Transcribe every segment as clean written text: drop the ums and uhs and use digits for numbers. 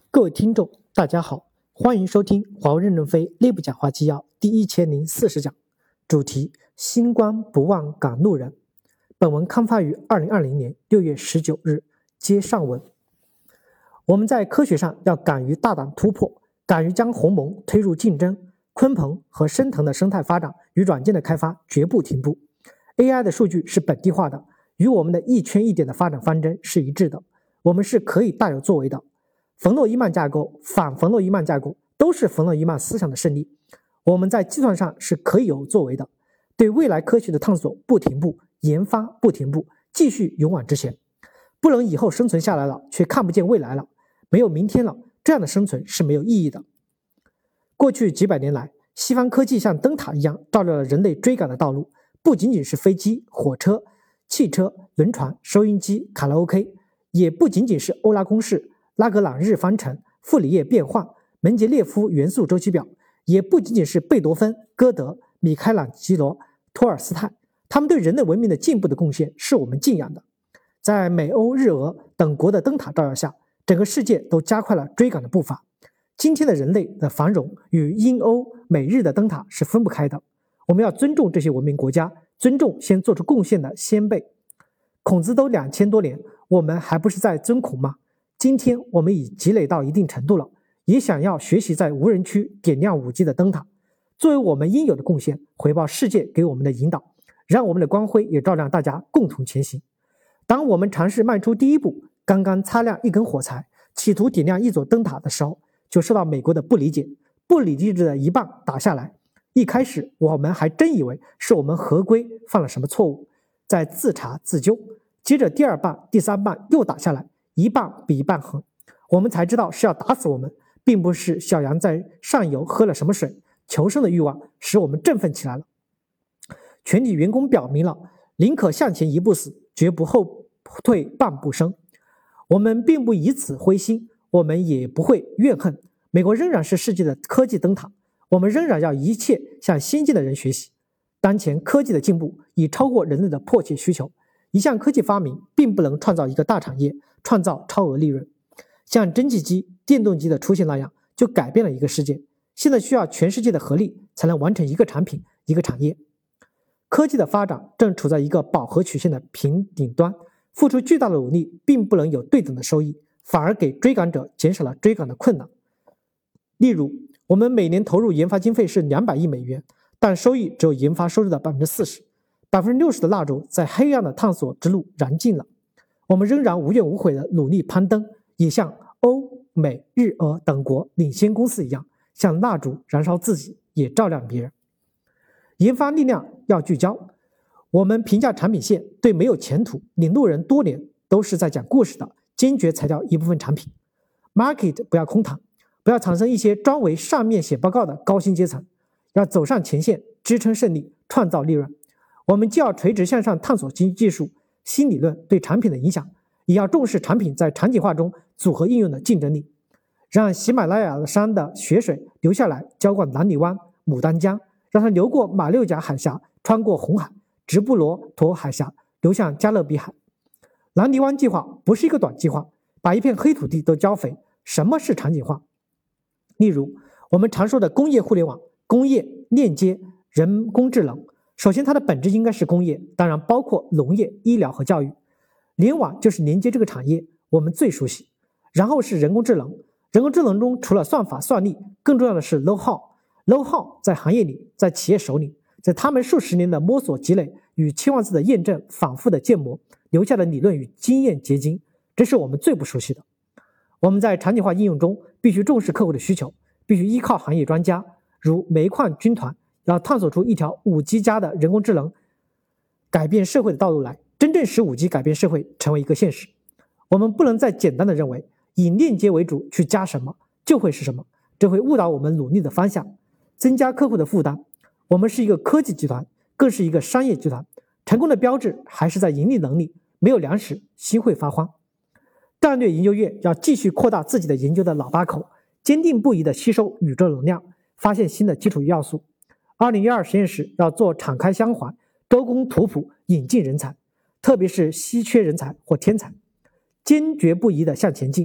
各位听众，大家好，欢迎收听华为任正非内部讲话纪要第1040讲，主题：星光不忘赶路人。本文刊发于2020年6月19日，接上文。我们在科学上要敢于大胆突破，敢于将鸿蒙推入竞争，鲲鹏和升腾的生态发展与软件的开发绝不停步。AI 的数据是本地化的，与我们的一圈一点的发展方针是一致的，我们是可以大有作为的。冯诺依曼架构、反冯诺依曼架构都是冯诺依曼思想的胜利。我们在计算上是可以有作为的，对未来科学的探索不停步，研发不停步，继续勇往直前。不能以后生存下来了，却看不见未来了，没有明天了，这样的生存是没有意义的。过去几百年来，西方科技像灯塔一样照亮了人类追赶的道路，不仅仅是飞机、火车、汽车、轮船、收音机、卡拉 OK， 也不仅仅是欧拉公式、拉格朗日方程、傅里叶变换、门捷列夫元素周期表，也不仅仅是贝多芬、歌德、米开朗基罗、托尔斯泰，他们对人类文明的进步的贡献是我们敬仰的。在美欧日俄等国的灯塔照耀下，整个世界都加快了追赶的步伐。今天的人类的繁荣与英欧美日的灯塔是分不开的，我们要尊重这些文明国家，尊重先做出贡献的先辈。孔子都2000多年，我们还不是在尊孔吗？今天我们已积累到一定程度了，也想要学习在无人区点亮5G 的灯塔，作为我们应有的贡献，回报世界给我们的引导，让我们的光辉也照亮大家共同前行。当我们尝试迈出第一步，刚刚擦亮一根火柴，企图点亮一座灯塔的时候，就受到美国的不理解，不理智的一棒打下来。一开始我们还真以为是我们合规犯了什么错误，在自查自纠，接着第二棒、第三棒又打下来，一棒比一棒狠，我们才知道是要打死我们，并不是小羊在上游喝了什么水，求生的欲望使我们振奋起来了。全体员工表明了，宁可向前一步死，绝不后退半步生。我们并不以此灰心，我们也不会怨恨。美国仍然是世界的科技灯塔，我们仍然要一切向先进的人学习。当前科技的进步已超过人类的迫切需求，一项科技发明并不能创造一个大产业，创造超额利润。像蒸汽机、电动机的出现那样，就改变了一个世界。现在需要全世界的合力才能完成一个产品、一个产业。科技的发展正处在一个饱和曲线的平顶端，付出巨大的努力并不能有对等的收益，反而给追赶者减少了追赶的困难。例如，我们每年投入研发经费是200亿美元，但收益只有研发收入的 40%，60% 的蜡烛在黑暗的探索之路燃尽了。我们仍然无怨无悔地努力攀登，也像欧美日俄等国领先公司一样，像蜡烛燃烧自己，也照亮别人。研发力量要聚焦，我们评价产品线对没有前途、领路人多年都是在讲故事的，坚决裁掉一部分产品。Market 不要空谈，不要产生一些专为上面写报告的高薪阶层，要走上前线，支撑胜利，创造利润。我们既要垂直向上探索技术、新理论对产品的影响，也要重视产品在场景化中组合应用的竞争力，让喜马拉雅山的雪水流下来浇灌南泥湾、牡丹江，让它流过马六甲海峡，穿过红海，直布罗陀海峡，流向加勒比海。南泥湾计划不是一个短计划，把一片黑土地都浇肥。什么是场景化？例如我们常说的工业互联网、工业链接、人工智能，首先它的本质应该是工业，当然包括农业、医疗和教育。联网就是连接这个产业，我们最熟悉。然后是人工智能，人工智能中除了算法算力，更重要的是 know how。know how 在行业里，在企业手里，在他们数十年的摸索积累与千万次的验证、反复的建模留下的理论与经验结晶，这是我们最不熟悉的。我们在场景化应用中必须重视客户的需求，必须依靠行业专家，如煤矿军团要探索出一条5G 加的人工智能改变社会的道路来，真正使5G 改变社会成为一个现实。我们不能再简单的认为以链接为主去加什么就会是什么，这会误导我们努力的方向，增加客户的负担。我们是一个科技集团，更是一个商业集团，成功的标志还是在盈利能力，没有粮食心会发慌。战略研究院要继续扩大自己的研究的喇叭口，坚定不移地吸收宇宙能量，发现新的基础要素。2012实验室要做敞开相环，周公吐哺，引进人才，特别是稀缺人才或天才，坚决不移地向前进，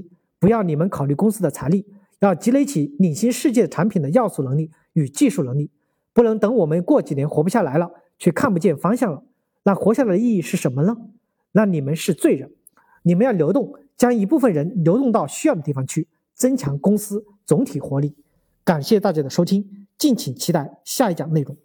不要你们考虑公司的财力，要积累起领先世界产品的要素能力与技术能力，不能等我们过几年活不下来了，却看不见方向了。那活下来的意义是什么呢？那你们是罪人，你们要流动，将一部分人流动到需要的地方去，增强公司总体活力。感谢大家的收听，敬请期待下一讲内容。